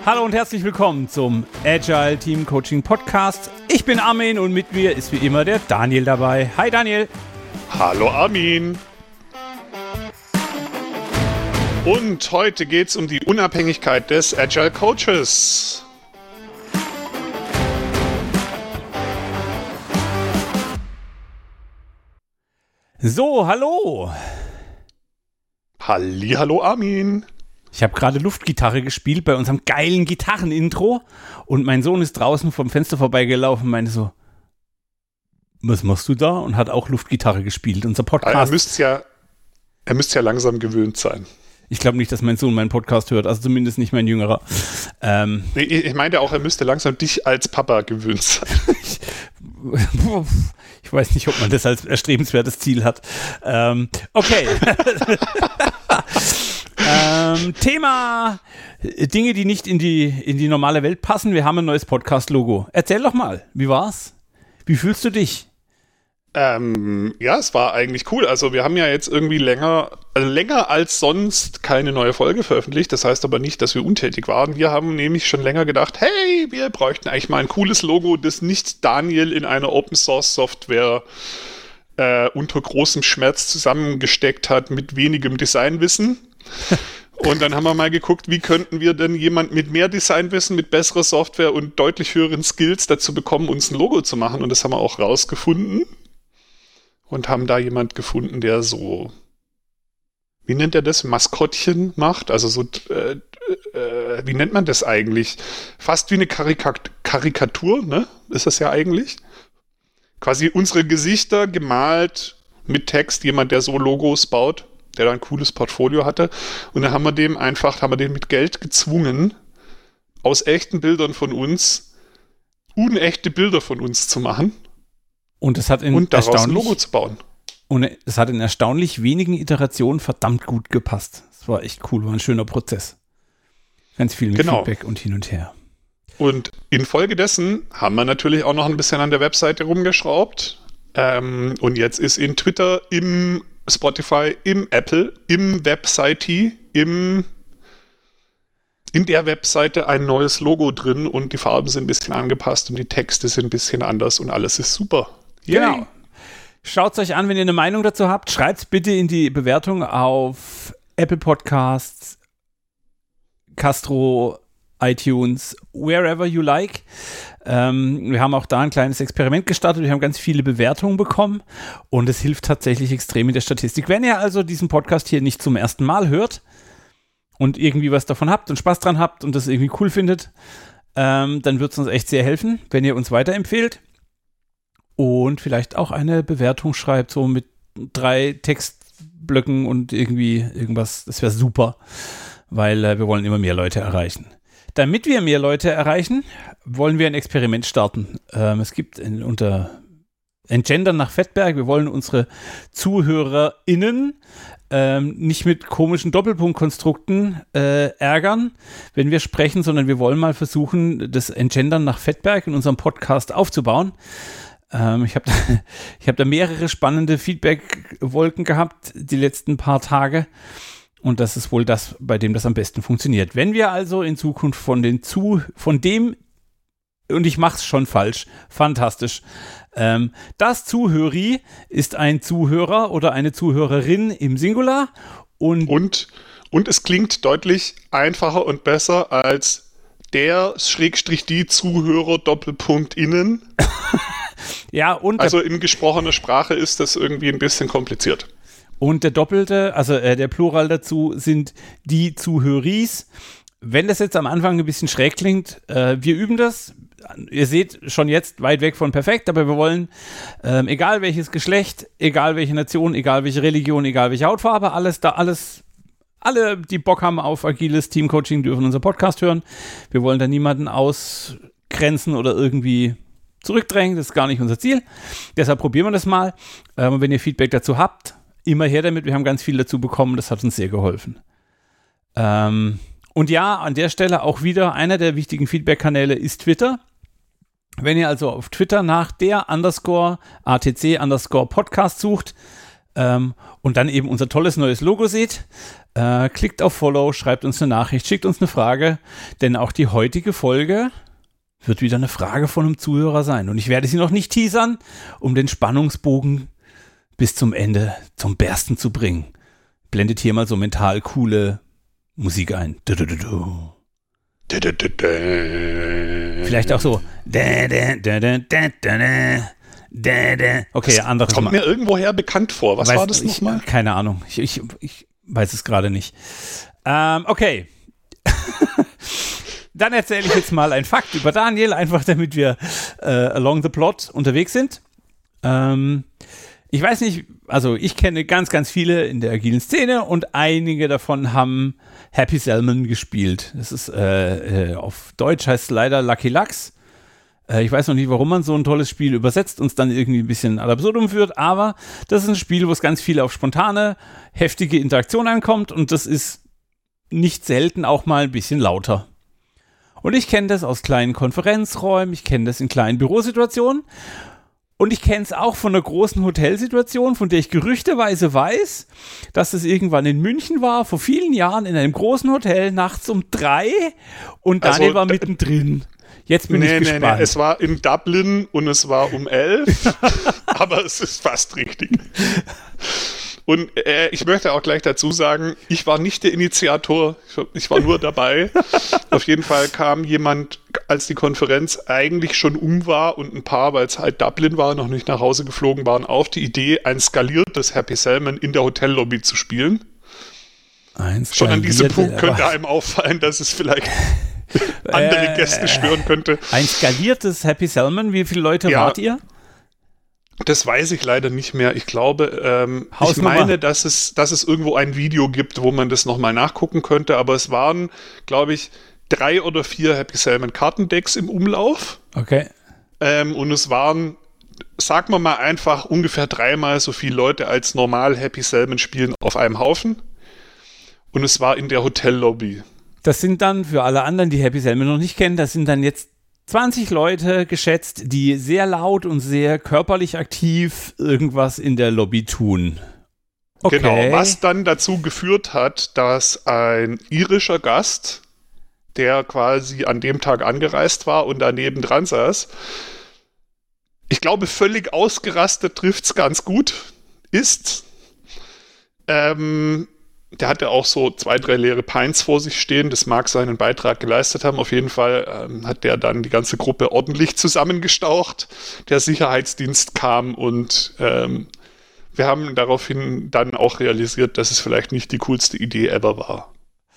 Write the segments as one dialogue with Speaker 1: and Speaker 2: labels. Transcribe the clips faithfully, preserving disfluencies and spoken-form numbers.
Speaker 1: Hallo und herzlich willkommen zum Agile Team Coaching Podcast. Ich bin Armin und mit mir ist wie immer der Daniel dabei. Hi Daniel.
Speaker 2: Hallo Armin. Und heute geht es um die Unabhängigkeit des Agile Coaches.
Speaker 1: So, hallo.
Speaker 2: Hallihallo Armin.
Speaker 1: Ich habe gerade Luftgitarre gespielt bei unserem geilen Gitarrenintro und mein Sohn ist draußen vom Fenster vorbeigelaufen und meinte so, was machst du da? Und hat auch Luftgitarre gespielt. Unser Podcast.
Speaker 2: Er müsste ja, er müsste ja langsam gewöhnt sein.
Speaker 1: Ich glaube nicht, dass mein Sohn meinen Podcast hört, also zumindest nicht mein Jüngerer. Ähm,
Speaker 2: nee, ich meinte auch, er müsste langsam dich als Papa gewöhnt sein.
Speaker 1: ich, ich weiß nicht, ob man das als erstrebenswertes Ziel hat. Ähm, okay. ähm, Thema Dinge, die nicht in die, in die normale Welt passen. Wir haben ein neues Podcast-Logo. Erzähl doch mal, wie war's? Wie fühlst du dich?
Speaker 2: Ähm, ja, es war eigentlich cool. Also wir haben ja jetzt irgendwie länger, also länger als sonst keine neue Folge veröffentlicht. Das heißt aber nicht, dass wir untätig waren. Wir haben nämlich schon länger gedacht, hey, wir bräuchten eigentlich mal ein cooles Logo, das nicht Daniel in einer Open-Source-Software äh, unter großem Schmerz zusammengesteckt hat mit wenigem Designwissen. Und dann haben wir mal geguckt, wie könnten wir denn jemand mit mehr Designwissen, mit besserer Software und deutlich höheren Skills dazu bekommen, uns ein Logo zu machen. Und das haben wir auch rausgefunden. Und haben da jemand gefunden, der so, wie nennt er das, Maskottchen macht? Also so, äh, äh, wie nennt man das eigentlich? Fast wie eine Karikat- Karikatur, ne? Ist das ja eigentlich? Quasi unsere Gesichter gemalt mit Text, jemand, der so Logos baut, der da ein cooles Portfolio hatte. Und dann haben wir dem einfach, haben wir den mit Geld gezwungen, aus echten Bildern von uns, unechte Bilder von uns zu machen.
Speaker 1: Und es hat in
Speaker 2: und daraus ein Logo zu bauen.
Speaker 1: Und es hat in erstaunlich wenigen Iterationen verdammt gut gepasst. Das war echt cool, war ein schöner Prozess. Ganz viel mit
Speaker 2: genau.
Speaker 1: Feedback und hin und her.
Speaker 2: Und infolgedessen haben wir natürlich auch noch ein bisschen an der Webseite rumgeschraubt. Ähm, und jetzt ist in Twitter, im Spotify, im Apple, im Website, im in der Webseite ein neues Logo drin und die Farben sind ein bisschen angepasst und die Texte sind ein bisschen anders und alles ist super.
Speaker 1: Yay. Genau. Schaut es euch an, wenn ihr eine Meinung dazu habt. Schreibt es bitte in die Bewertung auf Apple Podcasts, Castro, iTunes, wherever you like. Ähm, wir haben auch da ein kleines Experiment gestartet. Wir haben ganz viele Bewertungen bekommen und es hilft tatsächlich extrem in der Statistik. Wenn ihr also diesen Podcast hier nicht zum ersten Mal hört und irgendwie was davon habt und Spaß dran habt und das irgendwie cool findet, ähm, dann wird es uns echt sehr helfen, wenn ihr uns weiterempfehlt. Und vielleicht auch eine Bewertung schreibt, so mit drei Textblöcken und irgendwie irgendwas. Das wäre super, weil äh, wir wollen immer mehr Leute erreichen. Damit wir mehr Leute erreichen, wollen wir ein Experiment starten. Ähm, es gibt in, unter Entgendern nach Fettberg, wir wollen unsere ZuhörerInnen ähm, nicht mit komischen Doppelpunktkonstrukten äh, ärgern, wenn wir sprechen, sondern wir wollen mal versuchen, das Entgendern nach Fettberg in unserem Podcast aufzubauen. Ähm, ich habe da, ich hab da mehrere spannende Feedback-Wolken gehabt die letzten paar Tage und das ist wohl das, bei dem das am besten funktioniert. Wenn wir also in Zukunft von den zu, von dem, und ich mach's schon falsch, fantastisch, ähm, das Zuhöri ist ein Zuhörer oder eine Zuhörerin im Singular und,
Speaker 2: und, und es klingt deutlich einfacher und besser als der Schrägstrich die Zuhörer Doppelpunkt innen.
Speaker 1: Ja, und
Speaker 2: also in gesprochener Sprache ist das irgendwie ein bisschen kompliziert.
Speaker 1: Und der Doppelte, also äh, der Plural dazu sind die Zuhöris. Wenn das jetzt am Anfang ein bisschen schräg klingt, äh, wir üben das. Ihr seht schon jetzt weit weg von perfekt, aber wir wollen, ähm, egal welches Geschlecht, egal welche Nation, egal welche Religion, egal welche Hautfarbe, alles da, alles, alle, die Bock haben auf agiles Teamcoaching, dürfen unseren Podcast hören. Wir wollen da niemanden ausgrenzen oder irgendwie zurückdrängen, das ist gar nicht unser Ziel. Deshalb probieren wir das mal. Ähm, und wenn ihr Feedback dazu habt, immer her damit. Wir haben ganz viel dazu bekommen, das hat uns sehr geholfen. Ähm, und ja, an der Stelle auch wieder einer der wichtigen Feedback-Kanäle ist Twitter. Wenn ihr also auf Twitter nach der underscore ATC underscore Podcast sucht, ähm, und dann eben unser tolles neues Logo seht, äh, klickt auf Follow, schreibt uns eine Nachricht, schickt uns eine Frage, denn auch die heutige Folge wird wieder eine Frage von einem Zuhörer sein. Und ich werde sie noch nicht teasern, um den Spannungsbogen bis zum Ende zum Bersten zu bringen. Blendet hier mal so mental coole Musik ein. Du, du, du, du. Du, du, du, du. Vielleicht auch so. Da, da, da, da, da, da. Da, da. Okay, das anderes
Speaker 2: kommt
Speaker 1: mal.
Speaker 2: mir irgendwoher bekannt vor. Was
Speaker 1: weiß,
Speaker 2: war das nochmal?
Speaker 1: Keine Ahnung. Ich, ich, ich weiß es gerade nicht. Ähm, okay. Dann erzähle ich jetzt mal einen Fakt über Daniel, einfach damit wir äh, along the plot unterwegs sind. Ähm, ich weiß nicht, also ich kenne ganz, ganz viele in der agilen Szene und einige davon haben Happy Salmon gespielt. Das ist, äh, äh, auf Deutsch heißt es leider Lucky Lux. Äh, ich weiß noch nicht, warum man so ein tolles Spiel übersetzt und es dann irgendwie ein bisschen ad absurdum führt, aber das ist ein Spiel, wo es ganz viel auf spontane, heftige Interaktion ankommt und das ist nicht selten auch mal ein bisschen lauter. Und ich kenne das aus kleinen Konferenzräumen, ich kenne das in kleinen Bürosituationen und ich kenne es auch von einer großen Hotelsituation, von der ich gerüchteweise weiß, dass es irgendwann in München war, vor vielen Jahren in einem großen Hotel, nachts um drei und Daniel also, war mittendrin. Jetzt bin nee, ich gespannt. Nee, nee,
Speaker 2: es war in Dublin und es war um elf, aber es ist fast richtig. Und äh, ich möchte auch gleich dazu sagen, ich war nicht der Initiator, ich war nur dabei. Auf jeden Fall kam jemand, als die Konferenz eigentlich schon um war und ein paar, weil es halt Dublin war, noch nicht nach Hause geflogen waren, auf die Idee, ein skaliertes Happy Salmon in der Hotellobby zu spielen. Ein schon an diesem Punkt könnte einem auffallen, dass es vielleicht andere Gäste stören könnte.
Speaker 1: Ein skaliertes Happy Salmon, wie viele Leute ja. wart ihr?
Speaker 2: Das weiß ich leider nicht mehr. Ich glaube, ähm, ich meine, dass es, dass es irgendwo ein Video gibt, wo man das nochmal nachgucken könnte, aber es waren, glaube ich, drei oder vier Happy Salmon Kartendecks im Umlauf.
Speaker 1: Okay.
Speaker 2: Ähm, und es waren, sagen wir mal einfach, ungefähr dreimal so viele Leute als normal Happy Salmon spielen auf einem Haufen. Und es war in der Hotellobby.
Speaker 1: Das sind dann, für alle anderen, die Happy Salmon noch nicht kennen, das sind dann jetzt zwanzig Leute geschätzt, die sehr laut und sehr körperlich aktiv irgendwas in der Lobby tun.
Speaker 2: Okay. Genau, was dann dazu geführt hat, dass ein irischer Gast, der quasi an dem Tag angereist war und daneben dran saß, ich glaube, völlig ausgerastet trifft's ganz gut, ist, ähm, der hatte auch so zwei, drei leere Pints vor sich stehen. Das mag seinen Beitrag geleistet haben. Auf jeden Fall ähm, hat der dann die ganze Gruppe ordentlich zusammengestaucht. Der Sicherheitsdienst kam und ähm, wir haben daraufhin dann auch realisiert, dass es vielleicht nicht die coolste Idee ever war.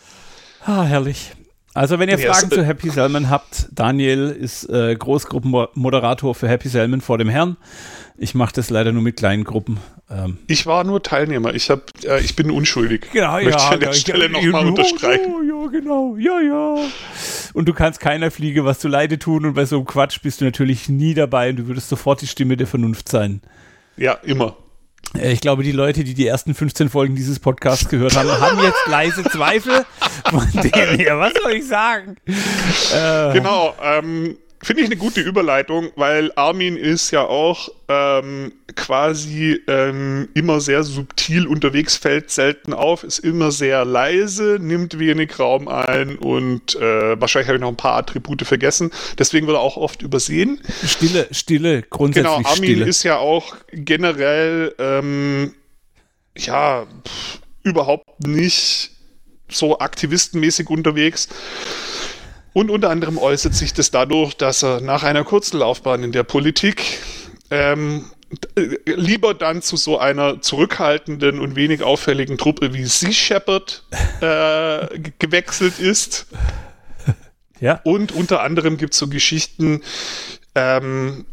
Speaker 1: Ah, herrlich. Also wenn ihr
Speaker 2: Ja,
Speaker 1: Fragen
Speaker 2: es,
Speaker 1: zu Happy Salmon habt, Daniel ist äh, Großgruppenmoderator für Happy Salmon vor dem Herrn. Ich mache das leider nur mit kleinen Gruppen. Ähm.
Speaker 2: Ich war nur Teilnehmer. Ich, hab, äh, ich bin unschuldig.
Speaker 1: Genau,
Speaker 2: Möchte
Speaker 1: ja.
Speaker 2: ich an der
Speaker 1: ja,
Speaker 2: Stelle
Speaker 1: ja,
Speaker 2: nochmal
Speaker 1: ja,
Speaker 2: unterstreichen.
Speaker 1: Ja, ja, genau. Ja, ja. Und du kannst keiner Fliege was zu Leide tun und bei so einem Quatsch bist du natürlich nie dabei und du würdest sofort die Stimme der Vernunft sein.
Speaker 2: Ja, immer.
Speaker 1: Ich glaube, die Leute, die die ersten fünfzehn Folgen dieses Podcasts gehört haben, haben jetzt leise Zweifel von denen her. Was soll ich sagen?
Speaker 2: Äh. Genau, ähm, finde ich eine gute Überleitung, weil Armin ist ja auch ähm, quasi ähm, immer sehr subtil unterwegs, fällt selten auf, ist immer sehr leise, nimmt wenig Raum ein und äh, wahrscheinlich habe ich noch ein paar Attribute vergessen. Deswegen wird er auch oft übersehen.
Speaker 1: Stille, Stille, grundsätzlich
Speaker 2: Genau, Armin
Speaker 1: Stille.
Speaker 2: ist ja auch generell ähm, ja pff, überhaupt nicht so aktivistenmäßig unterwegs. Und unter anderem äußert sich das dadurch, dass er nach einer kurzen Laufbahn in der Politik ähm, lieber dann zu so einer zurückhaltenden und wenig auffälligen Truppe wie Sea Shepherd äh, g- gewechselt ist.
Speaker 1: Ja.
Speaker 2: Und unter anderem gibt es so Geschichten, ähm,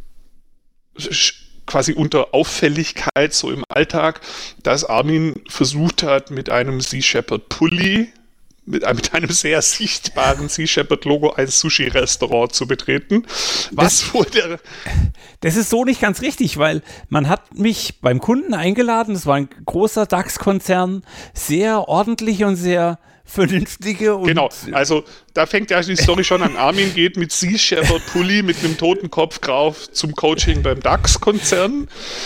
Speaker 2: sch- quasi unter Auffälligkeit so im Alltag, dass Armin versucht hat, mit einem Sea Shepherd Pulli Mit, mit einem sehr sichtbaren Sea Shepherd-Logo ein Sushi-Restaurant zu betreten. Was
Speaker 1: das,
Speaker 2: wohl der...
Speaker 1: Das ist so nicht ganz richtig, weil man hat mich beim Kunden eingeladen, das war ein großer DAX-Konzern, sehr ordentliche und sehr vernünftige und...
Speaker 2: Genau, also da fängt ja die Story schon an. Armin geht mit Sea Shepherd-Pulli mit einem Totenkopf drauf zum Coaching beim DAX-Konzern.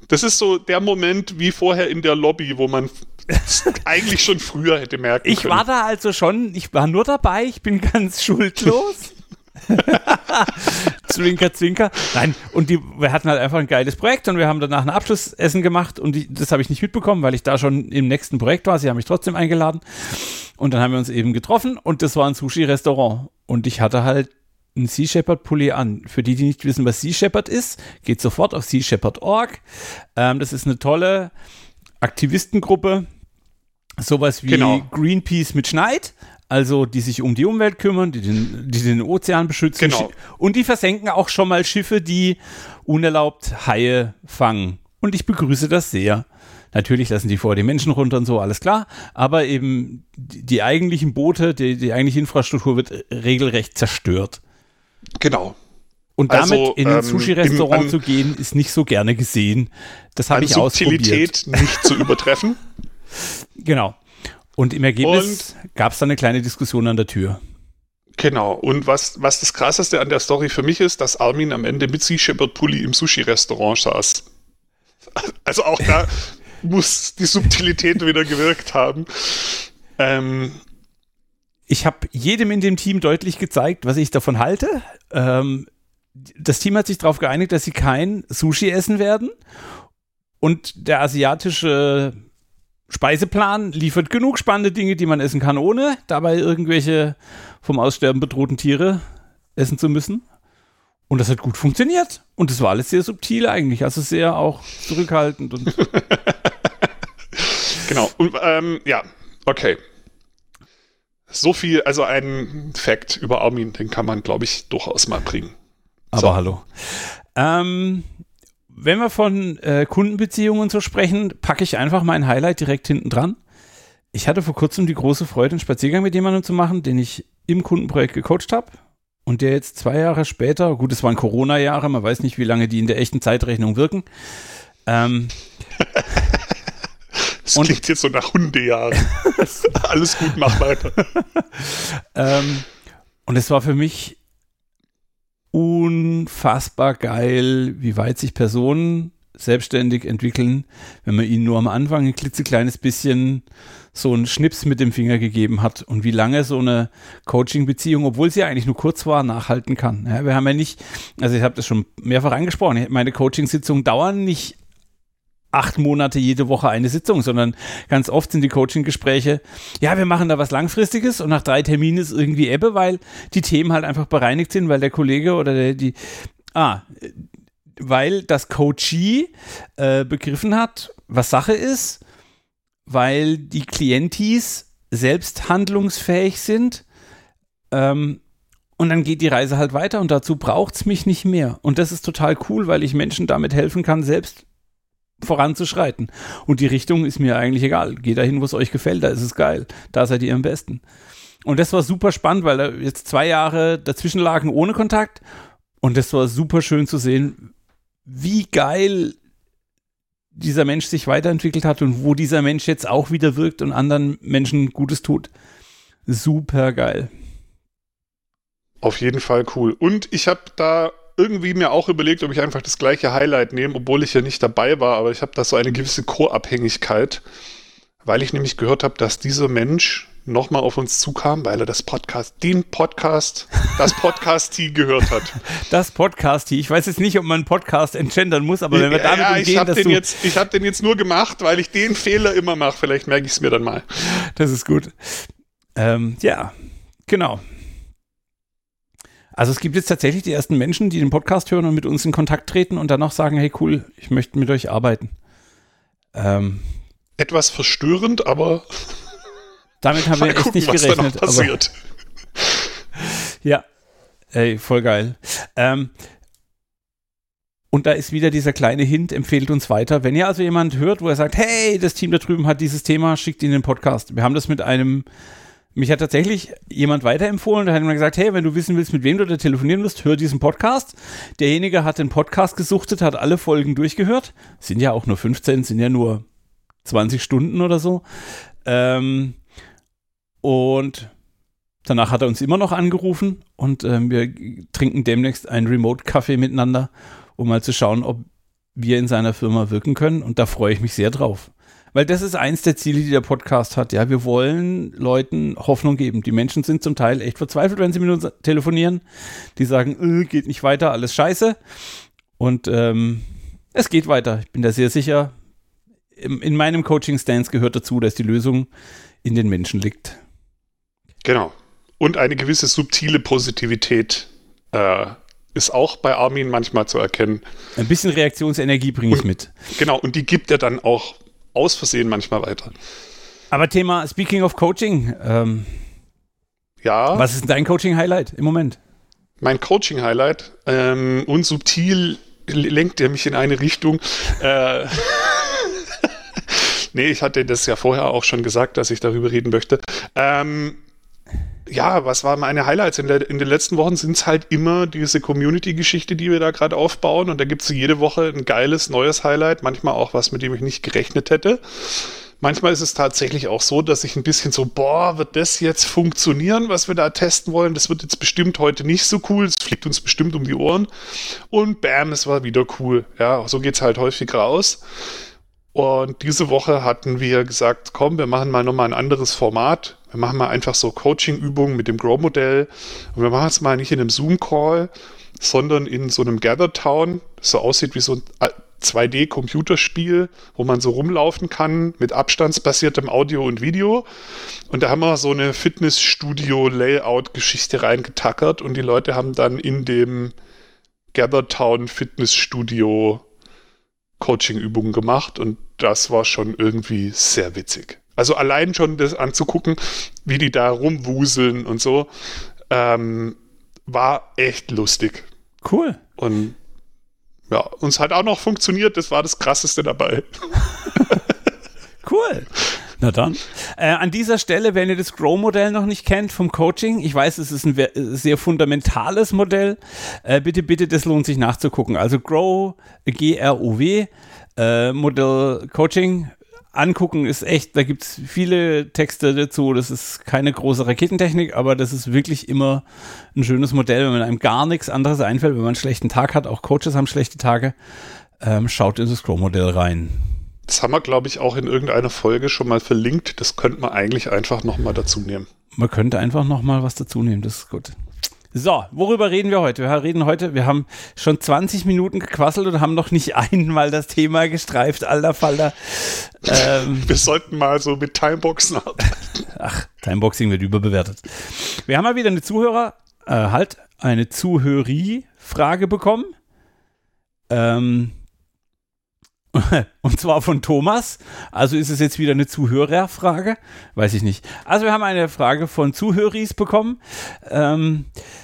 Speaker 2: Das ist so der Moment wie vorher in der Lobby, wo man eigentlich schon früher hätte merken
Speaker 1: ich
Speaker 2: können.
Speaker 1: Ich war da also schon, ich war nur dabei, ich bin ganz schuldlos. Zwinker, zwinker. Nein, und die, wir hatten halt einfach ein geiles Projekt und wir haben danach ein Abschlussessen gemacht und die, das habe ich nicht mitbekommen, weil ich da schon im nächsten Projekt war. Sie haben mich trotzdem eingeladen und dann haben wir uns eben getroffen und das war ein Sushi-Restaurant und ich hatte halt einen Sea Shepherd Pulli an. Für die, die nicht wissen, was Sea Shepherd ist, geht sofort auf sea shepherd punkt org. Ähm, das ist eine tolle Aktivistengruppe, sowas wie
Speaker 2: genau.
Speaker 1: Greenpeace mit Schneid. Also die sich um die Umwelt kümmern, die den, die den Ozean beschützen.
Speaker 2: Genau.
Speaker 1: Und die versenken auch schon mal Schiffe, die unerlaubt Haie fangen. Und ich begrüße das sehr. Natürlich lassen die vorher die Menschen runter und so, alles klar. Aber eben die, die eigentlichen Boote, die, die eigentliche Infrastruktur wird regelrecht zerstört.
Speaker 2: Genau.
Speaker 1: Und damit
Speaker 2: also,
Speaker 1: in ein
Speaker 2: ähm,
Speaker 1: Sushi-Restaurant
Speaker 2: im,
Speaker 1: zu gehen, ist nicht so gerne gesehen. Das habe ich ausprobiert.
Speaker 2: Subtilität nicht zu übertreffen.
Speaker 1: Genau. Und im Ergebnis gab es dann eine kleine Diskussion an der Tür.
Speaker 2: Genau. Und was, was das Krasseste an der Story für mich ist, dass Armin am Ende mit Sea Shepherd Pulli im Sushi-Restaurant saß. Also auch da muss die Subtilität wieder gewirkt haben. Ähm,
Speaker 1: ich habe jedem in dem Team deutlich gezeigt, was ich davon halte. Ähm, das Team hat sich darauf geeinigt, dass sie kein Sushi essen werden. Und der asiatische Speiseplan liefert genug spannende Dinge, die man essen kann, ohne dabei irgendwelche vom Aussterben bedrohten Tiere essen zu müssen. Und das hat gut funktioniert. Und das war alles sehr subtil eigentlich, also sehr auch zurückhaltend. Und
Speaker 2: genau. Und ähm, ja, okay. So viel, also ein Fact über Armin, den kann man, glaube ich, durchaus mal bringen.
Speaker 1: Aber
Speaker 2: so.
Speaker 1: hallo. Ähm, wenn wir von äh, Kundenbeziehungen so sprechen, packe ich einfach mein Highlight direkt hinten dran. Ich hatte vor kurzem die große Freude, einen Spaziergang mit jemandem zu machen, den ich im Kundenprojekt gecoacht habe und der jetzt zwei Jahre später, gut, es waren Corona-Jahre, man weiß nicht, wie lange die in der echten Zeitrechnung wirken. Ähm,
Speaker 2: das und klingt jetzt so nach Hundejahren. Alles gut, mach weiter.
Speaker 1: ähm, und es war für mich unfassbar geil, wie weit sich Personen selbstständig entwickeln, wenn man ihnen nur am Anfang ein klitzekleines bisschen so einen Schnips mit dem Finger gegeben hat und wie lange so eine Coaching-Beziehung, obwohl sie ja eigentlich nur kurz war, nachhalten kann. Ja, wir haben ja nicht, also ich habe das schon mehrfach angesprochen, meine Coaching-Sitzungen dauern nicht acht Monate jede Woche eine Sitzung, sondern ganz oft sind die Coaching-Gespräche, ja, wir machen da was Langfristiges und nach drei Terminen ist irgendwie Ebbe, weil die Themen halt einfach bereinigt sind, weil der Kollege oder der, die, ah, weil das Coachee äh, begriffen hat, was Sache ist, weil die Klientis selbst handlungsfähig sind, ähm, und dann geht die Reise halt weiter und dazu braucht es mich nicht mehr. Und das ist total cool, weil ich Menschen damit helfen kann, selbst voranzuschreiten. Und die Richtung ist mir eigentlich egal. Geht dahin, wo es euch gefällt, da ist es geil. Da seid ihr am besten. Und das war super spannend, weil da jetzt zwei Jahre dazwischen lagen ohne Kontakt. Und das war super schön zu sehen, wie geil dieser Mensch sich weiterentwickelt hat und wo dieser Mensch jetzt auch wieder wirkt und anderen Menschen Gutes tut. Super geil.
Speaker 2: Auf jeden Fall cool. Und ich habe da irgendwie mir auch überlegt, ob ich einfach das gleiche Highlight nehme, obwohl ich ja nicht dabei war, aber ich habe da so eine gewisse Chorabhängigkeit, weil ich nämlich gehört habe, dass dieser Mensch nochmal auf uns zukam, weil er das Podcast, den Podcast, das Podcast-T gehört hat.
Speaker 1: Das Podcast-T. Ich weiß jetzt nicht, ob man einen Podcast entgendern muss, aber wenn wir damit
Speaker 2: ja,
Speaker 1: umgehen,
Speaker 2: ich habe
Speaker 1: dass
Speaker 2: den,
Speaker 1: du
Speaker 2: jetzt, ich hab den jetzt nur gemacht, weil ich den Fehler immer mache. Vielleicht merke ich es mir dann mal.
Speaker 1: Das ist gut. Ähm, ja, genau. Also es gibt jetzt tatsächlich die ersten Menschen, die den Podcast hören und mit uns in Kontakt treten und dann auch sagen, hey cool, ich möchte mit euch arbeiten. Ähm,
Speaker 2: Etwas verstörend, aber
Speaker 1: damit haben wir echt nicht
Speaker 2: was
Speaker 1: gerechnet.
Speaker 2: Da noch passiert.
Speaker 1: Aber, ja, ey, voll geil. Ähm, und da ist wieder dieser kleine Hint, empfehlt uns weiter. Wenn ihr also jemand hört, wo er sagt, hey, das Team da drüben hat dieses Thema, schickt ihn den Podcast. Wir haben das mit einem Mich hat tatsächlich jemand weiterempfohlen, der hat mir gesagt, hey, wenn du wissen willst, mit wem du da telefonieren wirst, hör diesen Podcast. Derjenige hat den Podcast gesuchtet, hat alle Folgen durchgehört. Sind ja auch nur fünfzehn, sind ja nur zwanzig Stunden oder so. Ähm, und danach hat er uns immer noch angerufen und ähm, wir trinken demnächst einen Remote-Kaffee miteinander, um mal zu schauen, ob wir in seiner Firma wirken können. Und da freue ich mich sehr drauf. Weil das ist eins der Ziele, die der Podcast hat. Ja, wir wollen Leuten Hoffnung geben. Die Menschen sind zum Teil echt verzweifelt, wenn sie mit uns telefonieren. Die sagen, äh, geht nicht weiter, alles scheiße. Und ähm, es geht weiter. Ich bin da sehr sicher. In, in meinem Coaching-Stance gehört dazu, dass die Lösung in den Menschen liegt.
Speaker 2: Genau. Und eine gewisse subtile Positivität äh, ist auch bei Armin manchmal zu erkennen.
Speaker 1: Ein bisschen Reaktionsenergie bringe ich mit.
Speaker 2: Genau, und die gibt er dann auch aus Versehen manchmal weiter.
Speaker 1: Aber Thema, speaking of Coaching, ähm,
Speaker 2: ja.
Speaker 1: Was ist dein Coaching-Highlight im Moment?
Speaker 2: Mein Coaching-Highlight ähm, und subtil lenkt er mich in eine Richtung. äh, nee, ich hatte das ja vorher auch schon gesagt, dass ich darüber reden möchte. Ähm, ja, was waren meine Highlights? In, der, in den letzten Wochen sind es halt immer diese Community-Geschichte, die wir da gerade aufbauen. Und da gibt es jede Woche ein geiles, neues Highlight. Manchmal auch was, mit dem ich nicht gerechnet hätte. Manchmal ist es tatsächlich auch so, dass ich ein bisschen so, boah, wird das jetzt funktionieren, was wir da testen wollen? Das wird jetzt bestimmt heute nicht so cool. Es fliegt uns bestimmt um die Ohren. Und bam, es war wieder cool. Ja, so geht es halt häufig raus. Und diese Woche hatten wir gesagt, komm, wir machen mal nochmal ein anderes Format. Wir machen mal einfach so Coaching-Übungen mit dem Grow-Modell. Und wir machen es mal nicht in einem Zoom-Call, sondern in so einem Gather-Town, das so aussieht wie so ein zwei D-Computerspiel, wo man so rumlaufen kann mit abstandsbasiertem Audio und Video. Und da haben wir so eine Fitnessstudio-Layout-Geschichte reingetackert und die Leute haben dann in dem Gather-Town Fitnessstudio Coaching-Übungen gemacht und das war schon irgendwie sehr witzig. Also allein schon das anzugucken, wie die da rumwuseln und so, ähm, war echt lustig.
Speaker 1: Cool.
Speaker 2: Und ja, uns hat auch noch funktioniert, das war das Krasseste dabei.
Speaker 1: Cool. Na dann. Äh, an dieser Stelle, wenn ihr das Grow-Modell noch nicht kennt vom Coaching, ich weiß, es ist ein sehr fundamentales Modell, äh, bitte, bitte, das lohnt sich nachzugucken. Also Grow, G R O W, äh, Modell Coaching, angucken ist echt, da gibt es viele Texte dazu, das ist keine große Raketentechnik, aber das ist wirklich immer ein schönes Modell, wenn man einem gar nichts anderes einfällt, wenn man einen schlechten Tag hat, auch Coaches haben schlechte Tage, ähm, schaut in das Grow-Modell rein.
Speaker 2: Das haben wir, glaube ich, auch in irgendeiner Folge schon mal verlinkt. Das könnte man eigentlich einfach nochmal dazu nehmen.
Speaker 1: Man könnte einfach nochmal was dazu nehmen, das ist gut. So, worüber reden wir heute? Wir reden heute, wir haben schon zwanzig Minuten gequasselt und haben noch nicht einmal das Thema gestreift, alter Falter. Ähm,
Speaker 2: wir sollten mal so mit Timeboxen arbeiten.
Speaker 1: Ach, Timeboxing wird überbewertet. Wir haben mal wieder eine Zuhörer, äh, halt, eine Zuhöri-Frage bekommen. Ähm, Und zwar von Thomas. Also ist es jetzt wieder eine Zuhörerfrage? Weiß ich nicht. Also wir haben eine Frage von Zuhöris bekommen. Ähm,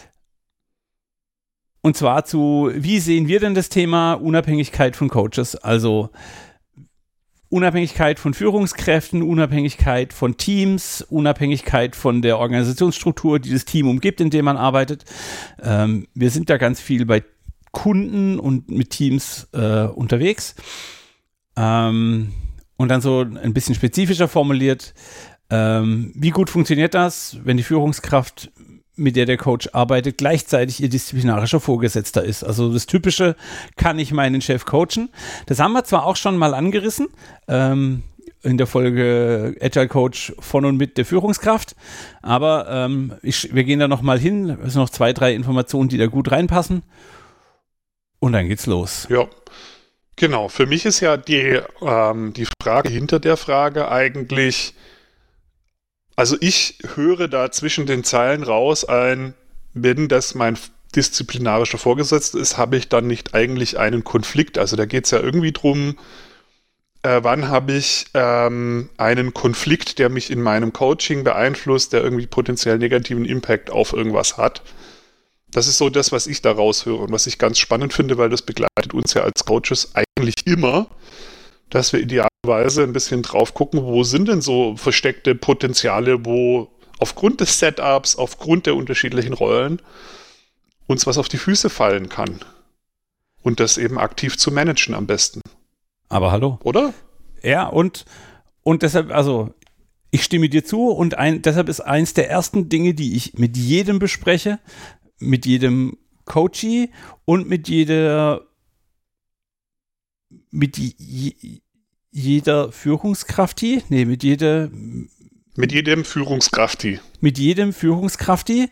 Speaker 1: und zwar zu, wie sehen wir denn das Thema Unabhängigkeit von Coaches? Also Unabhängigkeit von Führungskräften, Unabhängigkeit von Teams, Unabhängigkeit von der Organisationsstruktur, die das Team umgibt, in dem man arbeitet. Ähm, wir sind da ganz viel bei Kunden und mit Teams äh, unterwegs. Ähm, und dann so ein bisschen spezifischer formuliert, ähm, wie gut funktioniert das, wenn die Führungskraft, mit der der Coach arbeitet, gleichzeitig ihr disziplinarischer Vorgesetzter ist. Also das Typische, kann ich meinen Chef coachen? Das haben wir zwar auch schon mal angerissen, ähm, in der Folge Agile Coach von und mit der Führungskraft, aber ähm, ich, wir gehen da noch mal hin, es sind noch zwei, drei Informationen, die da gut reinpassen. Und dann geht's los.
Speaker 2: Ja, genau. Für mich ist ja die, ähm, die Frage hinter der Frage eigentlich, also ich höre da zwischen den Zeilen raus ein, wenn das mein disziplinarischer Vorgesetzter ist, habe ich dann nicht eigentlich einen Konflikt. Also da geht es ja irgendwie drum, äh, wann habe ich ähm, einen Konflikt, der mich in meinem Coaching beeinflusst, der irgendwie potenziell negativen Impact auf irgendwas hat. Das ist so das, was ich da raushöre und was ich ganz spannend finde, weil das begleitet uns ja als Coaches eigentlich immer, dass wir idealerweise ein bisschen drauf gucken, wo sind denn so versteckte Potenziale, wo aufgrund des Setups, aufgrund der unterschiedlichen Rollen uns was auf die Füße fallen kann. Und das eben aktiv zu managen am besten.
Speaker 1: Aber hallo.
Speaker 2: Oder?
Speaker 1: Ja, und, und deshalb, also ich stimme dir zu und ein, deshalb ist eins der ersten Dinge, die ich mit jedem bespreche, mit jedem Coachee und mit jeder mit je, jeder Führungskrafti, nee, mit jeder
Speaker 2: Mit jedem Führungskrafti.
Speaker 1: Mit jedem Führungskrafti.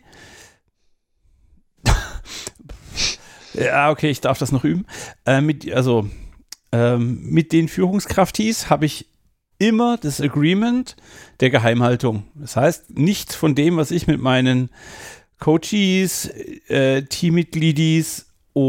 Speaker 1: Ja, okay, ich darf das noch üben. Äh, mit, also, ähm, mit den Führungskraftis habe ich immer das Agreement der Geheimhaltung. Das heißt, nichts von dem, was ich mit meinen Coaches, äh, Teammitgliedis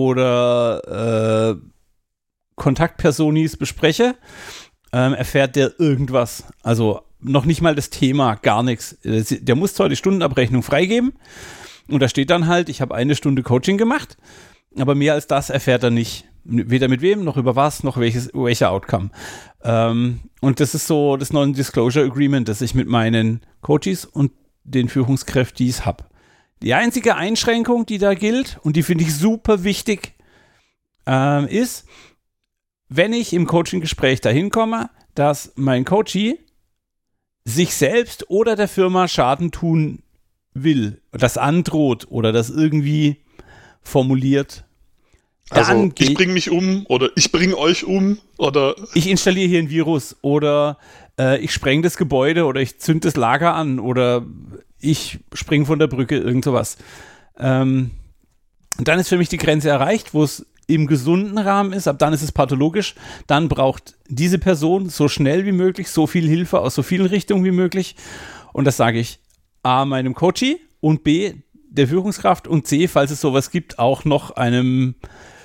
Speaker 1: oder äh, Kontaktpersonis bespreche, ähm, erfährt der irgendwas. Also noch nicht mal das Thema, gar nichts. Der muss zwar die Stundenabrechnung freigeben und da steht dann halt, ich habe eine Stunde Coaching gemacht, aber mehr als das erfährt er nicht. Weder mit wem, noch über was, noch welches, welcher Outcome. Ähm, und das ist so das Non-Disclosure Agreement, das ich mit meinen Coaches und den Führungskräftis habe. Die einzige Einschränkung, die da gilt, und die finde ich super wichtig, ähm, ist, wenn ich im Coaching-Gespräch dahin komme, dass mein Coachee sich selbst oder der Firma Schaden tun will, das androht oder das irgendwie formuliert.
Speaker 2: Also ich bringe mich um oder ich bringe euch um oder
Speaker 1: ich installiere hier ein Virus oder äh, ich spreng das Gebäude oder ich zünd das Lager an oder ich springe von der Brücke, irgend sowas. Ähm, und dann ist für mich die Grenze erreicht, wo es im gesunden Rahmen ist, ab dann ist es pathologisch, dann braucht diese Person so schnell wie möglich so viel Hilfe aus so vielen Richtungen wie möglich und das sage ich A, meinem Coachee und B, der Führungskraft und C, falls es sowas gibt, auch noch einem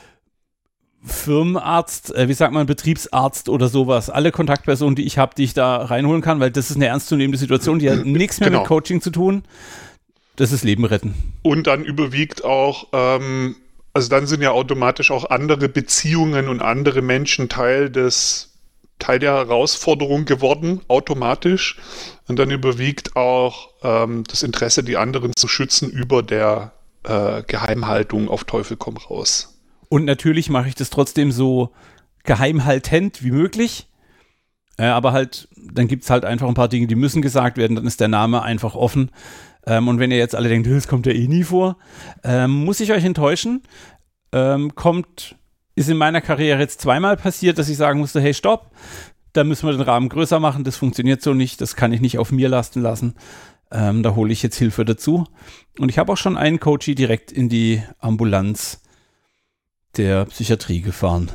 Speaker 1: Firmenarzt, äh, wie sagt man, Betriebsarzt oder sowas. Alle Kontaktpersonen, die ich habe, die ich da reinholen kann, weil das ist eine ernstzunehmende Situation, die hat nichts mehr genau. mit Coaching zu tun. Das ist Leben retten.
Speaker 2: Und dann überwiegt auch ähm Also dann sind ja automatisch auch andere Beziehungen und andere Menschen Teil des, Teil der Herausforderung geworden, automatisch. Und dann überwiegt auch ähm, das Interesse, die anderen zu schützen über der äh, Geheimhaltung auf Teufel komm raus.
Speaker 1: Und natürlich mache ich das trotzdem so geheimhaltend wie möglich. Äh, aber halt, dann gibt es halt einfach ein paar Dinge, die müssen gesagt werden, dann ist der Name einfach offen. Ähm, und wenn ihr jetzt alle denkt, das kommt ja eh nie vor, ähm, muss ich euch enttäuschen. Ähm, kommt, ist in meiner Karriere jetzt zweimal passiert, dass ich sagen musste, hey, stopp, da müssen wir den Rahmen größer machen, das funktioniert so nicht, das kann ich nicht auf mir lasten lassen. Ähm, da hole ich jetzt Hilfe dazu. Und ich habe auch schon einen Coachie direkt in die Ambulanz der Psychiatrie gefahren.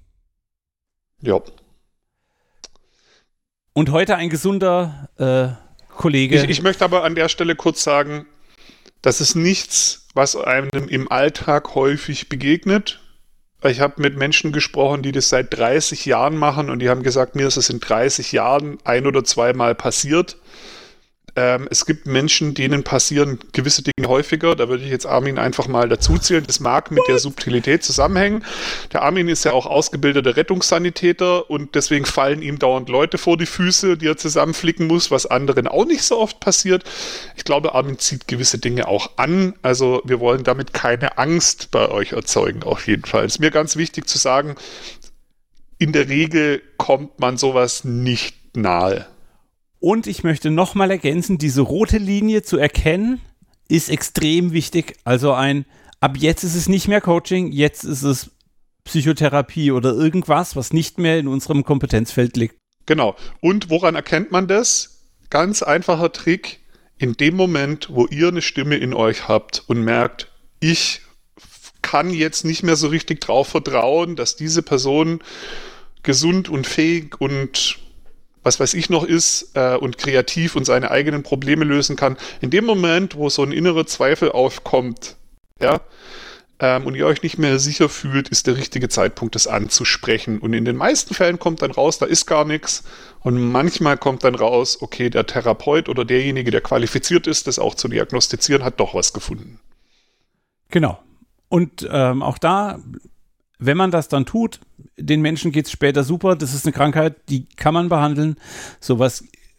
Speaker 2: Ja.
Speaker 1: Und heute ein gesunder äh, Kollege.
Speaker 2: Ich, ich möchte aber an der Stelle kurz sagen, das ist nichts, was einem im Alltag häufig begegnet. Ich habe mit Menschen gesprochen, die das seit dreißig Jahren machen und die haben gesagt, mir ist es in dreißig Jahren ein- oder zweimal passiert. Ähm, es gibt Menschen, denen passieren gewisse Dinge häufiger. Da würde ich jetzt Armin einfach mal dazuzählen. Das mag mit der Subtilität zusammenhängen. Der Armin ist ja auch ausgebildeter Rettungssanitäter und deswegen fallen ihm dauernd Leute vor die Füße, die er zusammenflicken muss, was anderen auch nicht so oft passiert. Ich glaube, Armin zieht gewisse Dinge auch an. Also wir wollen damit keine Angst bei euch erzeugen, auf jeden Fall. Es ist mir ganz wichtig zu sagen, in der Regel kommt man sowas nicht nahe.
Speaker 1: Und ich möchte nochmal ergänzen, diese rote Linie zu erkennen, ist extrem wichtig. Also ein, ab jetzt ist es nicht mehr Coaching, jetzt ist es Psychotherapie oder irgendwas, was nicht mehr in unserem Kompetenzfeld liegt.
Speaker 2: Genau. Und woran erkennt man das? Ganz einfacher Trick. In dem Moment, wo ihr eine Stimme in euch habt und merkt, ich kann jetzt nicht mehr so richtig drauf vertrauen, dass diese Person gesund und fähig und was weiß ich noch ist äh, und kreativ und seine eigenen Probleme lösen kann. In dem Moment, wo so ein innerer Zweifel aufkommt, ja, ähm, und ihr euch nicht mehr sicher fühlt, ist der richtige Zeitpunkt, das anzusprechen. Und in den meisten Fällen kommt dann raus, da ist gar nichts. Und manchmal kommt dann raus, okay, der Therapeut oder derjenige, der qualifiziert ist, das auch zu diagnostizieren, hat doch was gefunden.
Speaker 1: Genau. Und ähm, auch da, wenn man das dann tut, den Menschen geht es später super. Das ist eine Krankheit, die kann man behandeln. Sowas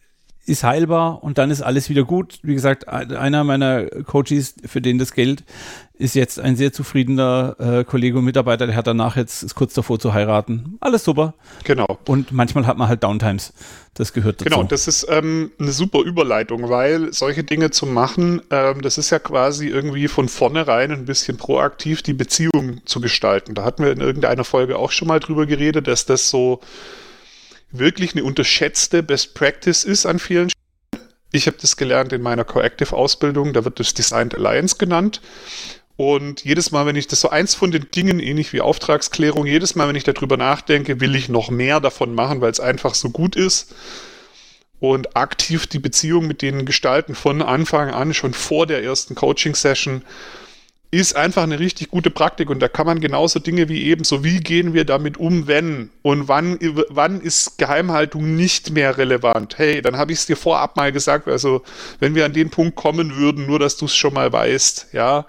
Speaker 1: ist heilbar und dann ist alles wieder gut. Wie gesagt, einer meiner Coaches, für den das Geld, ist jetzt ein sehr zufriedener äh, Kollege und Mitarbeiter, der hat danach jetzt, ist kurz davor zu heiraten. Alles super.
Speaker 2: Genau.
Speaker 1: Und manchmal hat man halt Downtimes. Das gehört dazu.
Speaker 2: Genau, das ist ähm, eine super Überleitung, weil solche Dinge zu machen, ähm, das ist ja quasi irgendwie von vornherein ein bisschen proaktiv die Beziehung zu gestalten. Da hatten wir in irgendeiner Folge auch schon mal drüber geredet, dass das so wirklich eine unterschätzte Best Practice ist an vielen Stellen. Ich habe das gelernt in meiner Coactive-Ausbildung, da wird das Designed Alliance genannt. Und jedes Mal, wenn ich das so eins von den Dingen, ähnlich wie Auftragsklärung, jedes Mal, wenn ich darüber nachdenke, will ich noch mehr davon machen, weil es einfach so gut ist. Und aktiv die Beziehung mit denen gestalten von Anfang an, schon vor der ersten Coaching-Session, ist einfach eine richtig gute Praktik. Und da kann man genauso Dinge wie eben, so wie gehen wir damit um, wenn und wann, wann ist Geheimhaltung nicht mehr relevant? Hey, dann habe ich es dir vorab mal gesagt, also wenn wir an den Punkt kommen würden, nur dass du es schon mal weißt, ja,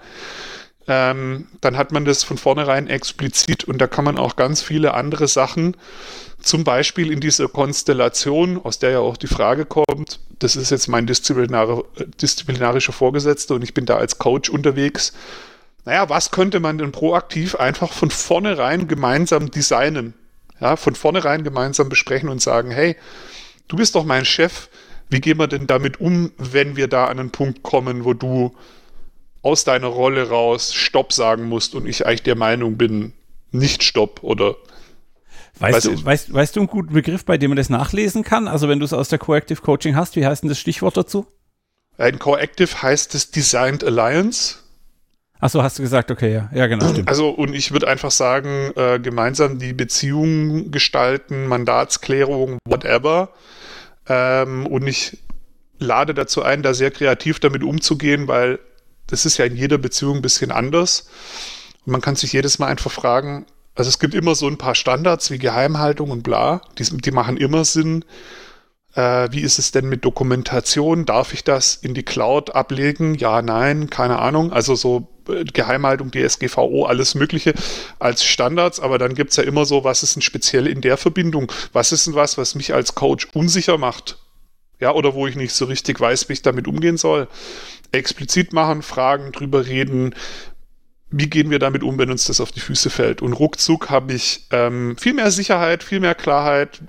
Speaker 2: Ähm, dann hat man das von vornherein explizit und da kann man auch ganz viele andere Sachen, zum Beispiel in dieser Konstellation, aus der ja auch die Frage kommt, das ist jetzt mein disziplinarischer, disziplinarischer Vorgesetzter und ich bin da als Coach unterwegs. Naja, was könnte man denn proaktiv einfach von vornherein gemeinsam designen? Ja, von vornherein gemeinsam besprechen und sagen, hey, du bist doch mein Chef, wie gehen wir denn damit um, wenn wir da an einen Punkt kommen, wo du aus deiner Rolle raus Stopp sagen musst und ich eigentlich der Meinung bin, nicht Stopp oder
Speaker 1: weißt du, weißt, weißt du einen guten Begriff, bei dem man das nachlesen kann? Also wenn du es aus der Coactive Coaching hast, wie heißt denn das Stichwort dazu?
Speaker 2: In Coactive heißt es Designed Alliance.
Speaker 1: Achso, hast du gesagt, okay, ja, ja genau, stimmt.
Speaker 2: Also und ich würde einfach sagen, äh, gemeinsam die Beziehung gestalten, Mandatsklärung, whatever. Ähm, und ich lade dazu ein, da sehr kreativ damit umzugehen, weil das ist ja in jeder Beziehung ein bisschen anders. Und man kann sich jedes Mal einfach fragen, also es gibt immer so ein paar Standards wie Geheimhaltung und bla, die, die machen immer Sinn. Äh, wie ist es denn mit Dokumentation? Darf ich das in die Cloud ablegen? Ja, nein, keine Ahnung. Also so äh, Geheimhaltung, D S G V O, alles Mögliche als Standards. Aber dann gibt es ja immer so, was ist denn speziell in der Verbindung? Was ist denn was, was mich als Coach unsicher macht? Ja, oder wo ich nicht so richtig weiß, wie ich damit umgehen soll. Explizit machen, fragen, drüber reden. Wie gehen wir damit um, wenn uns das auf die Füße fällt? Und ruckzuck habe ich ähm, viel mehr Sicherheit, viel mehr Klarheit.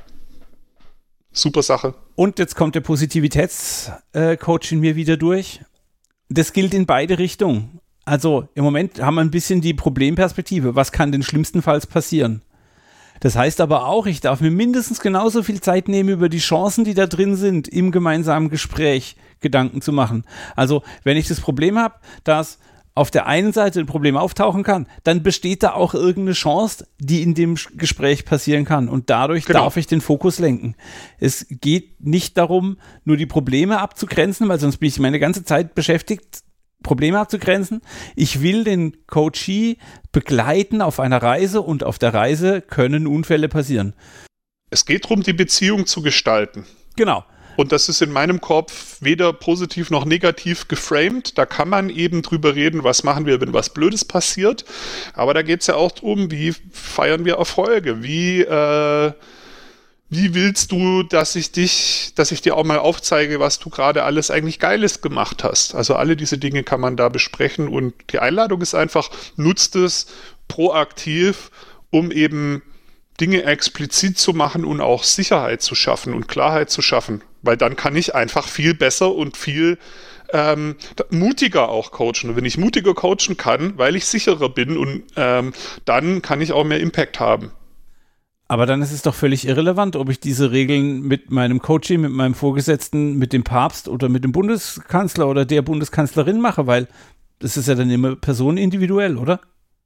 Speaker 2: Super Sache.
Speaker 1: Und jetzt kommt der Positivitätscoach in mir wieder durch. Das gilt in beide Richtungen. Also im Moment haben wir ein bisschen die Problemperspektive. Was kann denn schlimmstenfalls passieren? Das heißt aber auch, ich darf mir mindestens genauso viel Zeit nehmen, über die Chancen, die da drin sind, im gemeinsamen Gespräch Gedanken zu machen. Also wenn ich das Problem habe, dass auf der einen Seite ein Problem auftauchen kann, dann besteht da auch irgendeine Chance, die in dem Gespräch passieren kann. Und dadurch genau. darf ich den Fokus lenken. Es geht nicht darum, nur die Probleme abzugrenzen, weil sonst bin ich meine ganze Zeit beschäftigt, Probleme abzugrenzen. Ich will den Coachee begleiten auf einer Reise und auf der Reise können Unfälle passieren.
Speaker 2: Es geht darum, die Beziehung zu gestalten.
Speaker 1: Genau.
Speaker 2: Und das ist in meinem Kopf weder positiv noch negativ geframed. Da kann man eben drüber reden, was machen wir, wenn was Blödes passiert. Aber da geht es ja auch darum, wie feiern wir Erfolge? Wie, äh, wie willst du, dass ich dich, dass ich dir auch mal aufzeige, was du gerade alles eigentlich Geiles gemacht hast? Also alle diese Dinge kann man da besprechen. Und die Einladung ist einfach, nutzt es proaktiv, um eben Dinge explizit zu machen und auch Sicherheit zu schaffen und Klarheit zu schaffen. Weil dann kann ich einfach viel besser und viel ähm, mutiger auch coachen. Und wenn ich mutiger coachen kann, weil ich sicherer bin, und ähm, dann kann ich auch mehr Impact haben.
Speaker 1: Aber dann ist es doch völlig irrelevant, ob ich diese Regeln mit meinem Coaching, mit meinem Vorgesetzten, mit dem Papst oder mit dem Bundeskanzler oder der Bundeskanzlerin mache, weil das ist ja dann immer personenindividuell, oder?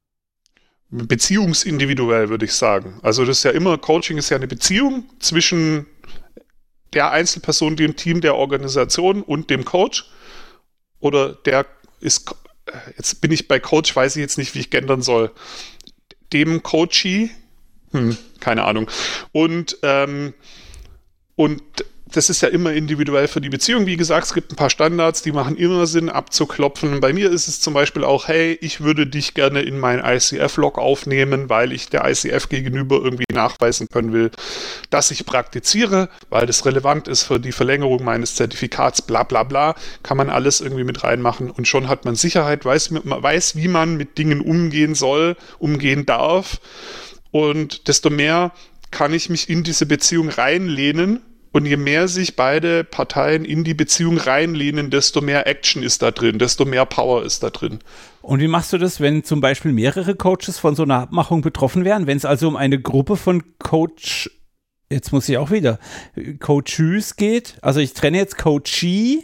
Speaker 2: Beziehungsindividuell, würde ich sagen. Also das ist ja immer, Coaching ist ja eine Beziehung zwischen der Einzelperson, dem Team, der Organisation und dem Coach. Oder der ist, jetzt bin ich bei Coach, weiß ich jetzt nicht, wie ich gendern soll, dem Coachee, hm, keine Ahnung. Und, ähm, und das ist ja immer individuell für die Beziehung. Wie gesagt, es gibt ein paar Standards, die machen immer Sinn abzuklopfen. Bei mir ist es zum Beispiel auch, hey, ich würde dich gerne in mein I C F-Log aufnehmen, weil ich der I C F gegenüber irgendwie nachweisen können will, dass ich praktiziere, weil das relevant ist für die Verlängerung meines Zertifikats, bla bla bla. Kann man alles irgendwie mit reinmachen und schon hat man Sicherheit, weiß, man weiß, wie man mit Dingen umgehen soll, umgehen darf. Und desto mehr kann ich mich in diese Beziehung reinlehnen. Und je mehr sich beide Parteien in die Beziehung reinlehnen, desto mehr Action ist da drin, desto mehr Power ist da drin.
Speaker 1: Und wie machst du das, wenn zum Beispiel mehrere Coaches von so einer Abmachung betroffen wären? Wenn es also um eine Gruppe von Coach, jetzt muss ich auch wieder, Coaches geht, also ich trenne jetzt Coachee.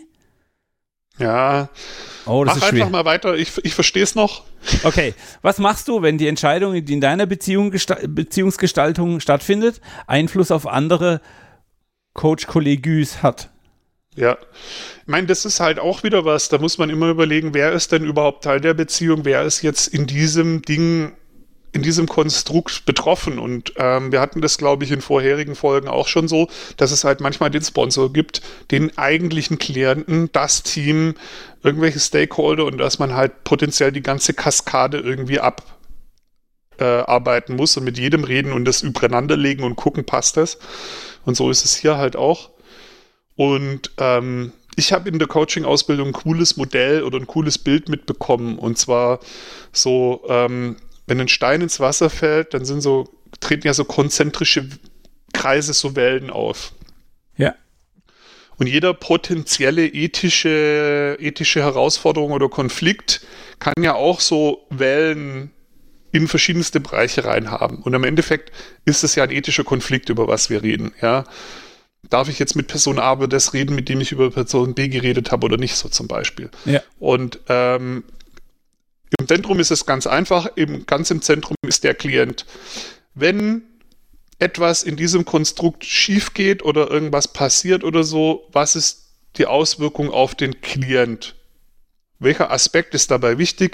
Speaker 2: Ja,
Speaker 1: oh, das
Speaker 2: mach
Speaker 1: ist schwer.
Speaker 2: Einfach mal weiter, ich, ich verstehe es noch.
Speaker 1: Okay, was machst du, wenn die Entscheidung, die in deiner Beziehung, Beziehungsgestaltung stattfindet, Einfluss auf andere Coach-Kollegüs hat?
Speaker 2: Ja, ich meine, das ist halt auch wieder was, da muss man immer überlegen, wer ist denn überhaupt Teil der Beziehung, wer ist jetzt in diesem Ding, in diesem Konstrukt betroffen und ähm, wir hatten das, glaube ich, in vorherigen Folgen auch schon so, dass es halt manchmal den Sponsor gibt, den eigentlichen Klienten, das Team, irgendwelche Stakeholder und dass man halt potenziell die ganze Kaskade irgendwie ab Äh, arbeiten muss und mit jedem reden und das übereinander legen und gucken, passt das. Und so ist es hier halt auch. Und ähm, ich habe in der Coaching-Ausbildung ein cooles Modell oder ein cooles Bild mitbekommen. Und zwar so, ähm, wenn ein Stein ins Wasser fällt, dann sind so, treten ja so konzentrische Kreise, so Wellen auf.
Speaker 1: Ja.
Speaker 2: Und jeder potenzielle ethische, ethische Herausforderung oder Konflikt kann ja auch so Wellen in verschiedenste Bereiche rein haben. Und im Endeffekt ist es ja ein ethischer Konflikt, über was wir reden. Ja? Darf ich jetzt mit Person A über das reden, mit dem ich über Person B geredet habe oder nicht, so zum Beispiel.
Speaker 1: Ja.
Speaker 2: Und ähm, im Zentrum ist es ganz einfach, eben ganz im Zentrum ist der Klient. Wenn etwas in diesem Konstrukt schief geht oder irgendwas passiert oder so, was ist die Auswirkung auf den Klient? Welcher Aspekt ist dabei wichtig?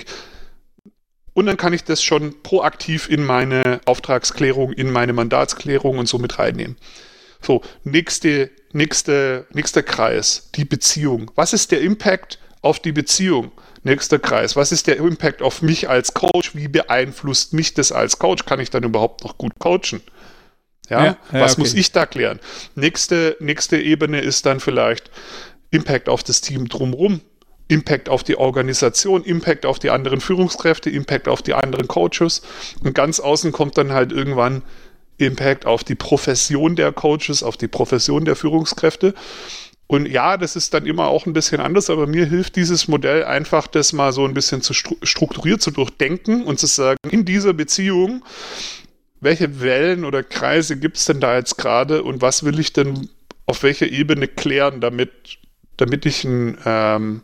Speaker 2: Und dann kann ich das schon proaktiv in meine Auftragsklärung, in meine Mandatsklärung und so mit reinnehmen. So, nächste, nächste, nächster Kreis, die Beziehung. Was ist der Impact auf die Beziehung? Nächster Kreis, was ist der Impact auf mich als Coach? Wie beeinflusst mich das als Coach? Kann ich dann überhaupt noch gut coachen? Ja, ja, ja was okay. muss ich da klären? Nächste, nächste Ebene ist dann vielleicht Impact auf das Team drumherum. Impact auf die Organisation, Impact auf die anderen Führungskräfte, Impact auf die anderen Coaches und ganz außen kommt dann halt irgendwann Impact auf die Profession der Coaches, auf die Profession der Führungskräfte und ja, das ist dann immer auch ein bisschen anders, aber mir hilft dieses Modell einfach, das mal so ein bisschen zu strukturiert zu durchdenken und zu sagen, in dieser Beziehung, welche Wellen oder Kreise gibt es denn da jetzt gerade und was will ich denn auf welcher Ebene klären, damit, damit ich ein ähm,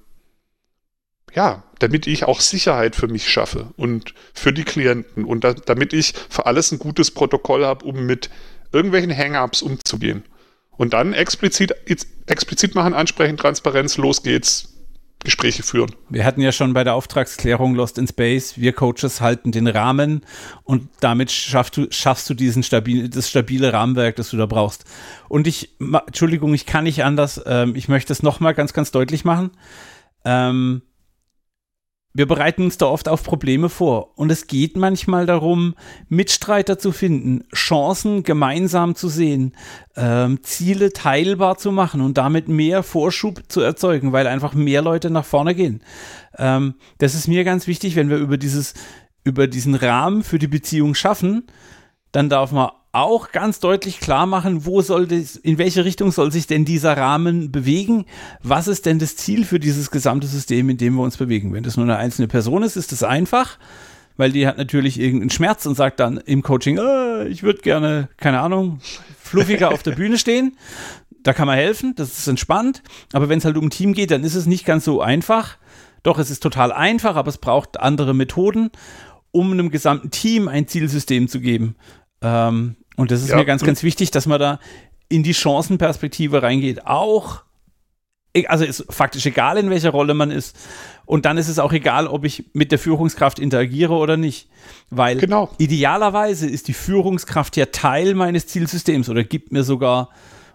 Speaker 2: ja, damit ich auch Sicherheit für mich schaffe und für die Klienten und da, damit ich für alles ein gutes Protokoll habe, um mit irgendwelchen Hang-ups umzugehen. Und dann explizit, explizit machen, ansprechen, Transparenz, los geht's, Gespräche führen.
Speaker 1: Wir hatten ja schon bei der Auftragsklärung Lost in Space, wir Coaches halten den Rahmen und damit schaffst du, schaffst du diesen stabil, das stabile Rahmenwerk, das du da brauchst. Und ich, Entschuldigung, ich kann nicht anders, ähm, ich möchte es nochmal ganz, ganz deutlich machen. Ähm, Wir bereiten uns da oft auf Probleme vor und es geht manchmal darum, Mitstreiter zu finden, Chancen gemeinsam zu sehen, ähm, Ziele teilbar zu machen und damit mehr Vorschub zu erzeugen, weil einfach mehr Leute nach vorne gehen. Ähm, das ist mir ganz wichtig, wenn wir über dieses, über diesen Rahmen für die Beziehung schaffen, dann darf man auch ganz deutlich klar machen, wo soll das, in welche Richtung soll sich denn dieser Rahmen bewegen? Was ist denn das Ziel für dieses gesamte System, in dem wir uns bewegen? Wenn das nur eine einzelne Person ist, ist das einfach, weil die hat natürlich irgendeinen Schmerz und sagt dann im Coaching, äh, ich würde gerne, keine Ahnung, fluffiger auf der Bühne stehen. Da kann man helfen, das ist entspannt. Aber wenn es halt um ein Team geht, dann ist es nicht ganz so einfach. Doch, es ist total einfach, aber es braucht andere Methoden, um einem gesamten Team ein Zielsystem zu geben. Ähm, Und das ist ja. mir ganz, ganz wichtig, dass man da in die Chancenperspektive reingeht. Auch, also ist faktisch egal, in welcher Rolle man ist. Und dann ist es auch egal, ob ich mit der Führungskraft interagiere oder nicht. Weil
Speaker 2: genau.
Speaker 1: idealerweise ist die Führungskraft ja Teil meines Zielsystems oder gibt mir sogar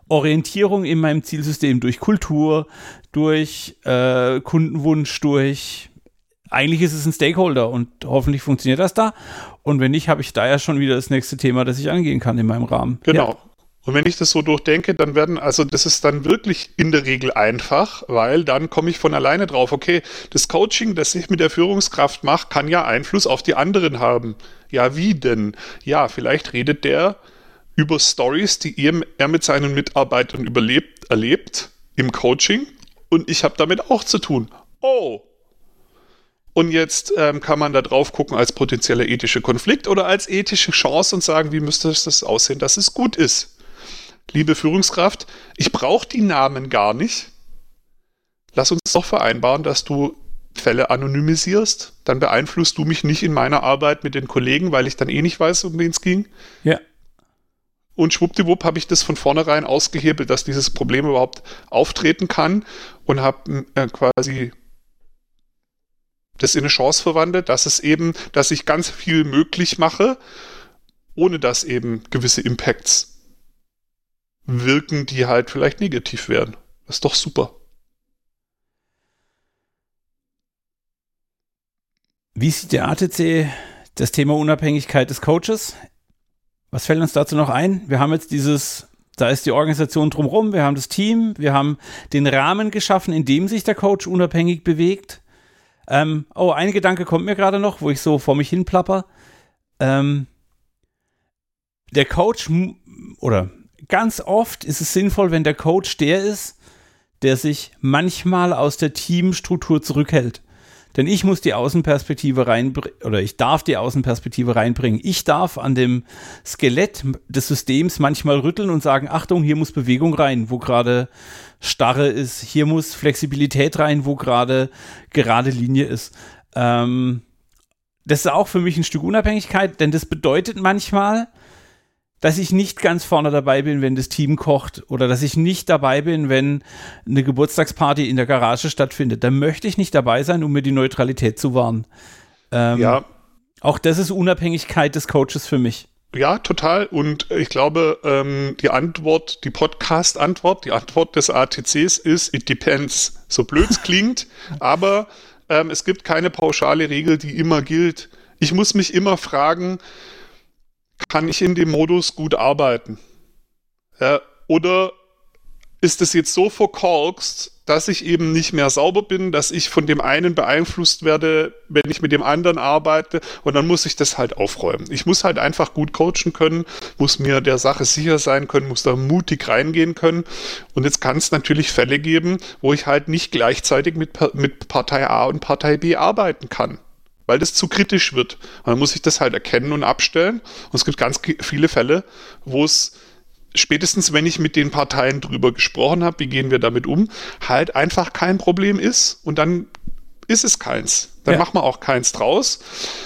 Speaker 1: Orientierung in meinem Zielsystem durch Kultur, durch äh, Kundenwunsch, durch eigentlich ist es ein Stakeholder und hoffentlich funktioniert das da. Und wenn nicht, habe ich da ja schon wieder das nächste Thema, das ich angehen kann in meinem Rahmen.
Speaker 2: Genau.
Speaker 1: Ja.
Speaker 2: Und wenn ich das so durchdenke, dann werden, also das ist dann wirklich in der Regel einfach, weil dann komme ich von alleine drauf, okay, das Coaching, das ich mit der Führungskraft mache, kann ja Einfluss auf die anderen haben. Ja, wie denn? Ja, vielleicht redet der über Stories, die er mit seinen Mitarbeitern überlebt, erlebt im Coaching und ich habe damit auch zu tun. Oh! Und jetzt ähm, kann man da drauf gucken als potenzieller ethischer Konflikt oder als ethische Chance und sagen, wie müsste das aussehen, dass es gut ist. Liebe Führungskraft, ich brauche die Namen gar nicht. Lass uns doch vereinbaren, dass du Fälle anonymisierst. Dann beeinflusst du mich nicht in meiner Arbeit mit den Kollegen, weil ich dann eh nicht weiß, um wen es ging.
Speaker 1: Ja.
Speaker 2: Und schwuppdiwupp habe ich das von vornherein ausgehebelt, dass dieses Problem überhaupt auftreten kann und habe äh, quasi das in eine Chance verwandelt, dass es eben, dass ich ganz viel möglich mache, ohne dass eben gewisse Impacts wirken, die halt vielleicht negativ werden. Das ist doch super.
Speaker 1: Wie sieht der A T C das Thema Unabhängigkeit des Coaches? Was fällt uns dazu noch ein? Wir haben jetzt dieses, da ist die Organisation drumherum, wir haben das Team, wir haben den Rahmen geschaffen, in dem sich der Coach unabhängig bewegt. Ähm, oh, ein Gedanke kommt mir gerade noch, wo ich so vor mich hin plapper. Ähm, der Coach, oder ganz oft ist es sinnvoll, wenn der Coach der ist, der sich manchmal aus der Teamstruktur zurückhält. Denn ich muss die Außenperspektive reinbringen, oder ich darf die Außenperspektive reinbringen. Ich darf an dem Skelett des Systems manchmal rütteln und sagen, Achtung, hier muss Bewegung rein, wo gerade Starre ist. Hier muss Flexibilität rein, wo gerade gerade Linie ist. Ähm, das ist auch für mich ein Stück Unabhängigkeit, denn das bedeutet manchmal, dass ich nicht ganz vorne dabei bin, wenn das Team kocht oder dass ich nicht dabei bin, wenn eine Geburtstagsparty in der Garage stattfindet. Da möchte ich nicht dabei sein, um mir die Neutralität zu wahren. Ähm,
Speaker 2: ja.
Speaker 1: Auch das ist Unabhängigkeit des Coaches für mich.
Speaker 2: Ja, total. Und ich glaube, ähm, die Antwort, die Podcast-Antwort, die Antwort des A T Cs ist, it depends. So blöd es klingt, aber ähm, es gibt keine pauschale Regel, die immer gilt. Ich muss mich immer fragen, kann ich in dem Modus gut arbeiten? Ja, oder ist es jetzt so verkorkst, dass ich eben nicht mehr sauber bin, dass ich von dem einen beeinflusst werde, wenn ich mit dem anderen arbeite, und dann muss ich das halt aufräumen. Ich muss halt einfach gut coachen können, muss mir der Sache sicher sein können, muss da mutig reingehen können, und jetzt kann es natürlich Fälle geben, wo ich halt nicht gleichzeitig mit, mit Partei A und Partei B arbeiten kann, weil das zu kritisch wird. Und dann muss ich das halt erkennen und abstellen. Und es gibt ganz viele Fälle, wo es spätestens, wenn ich mit den Parteien drüber gesprochen habe, wie gehen wir damit um, halt einfach kein Problem ist. Und dann ist es keins. Dann ja. machen wir auch keins draus.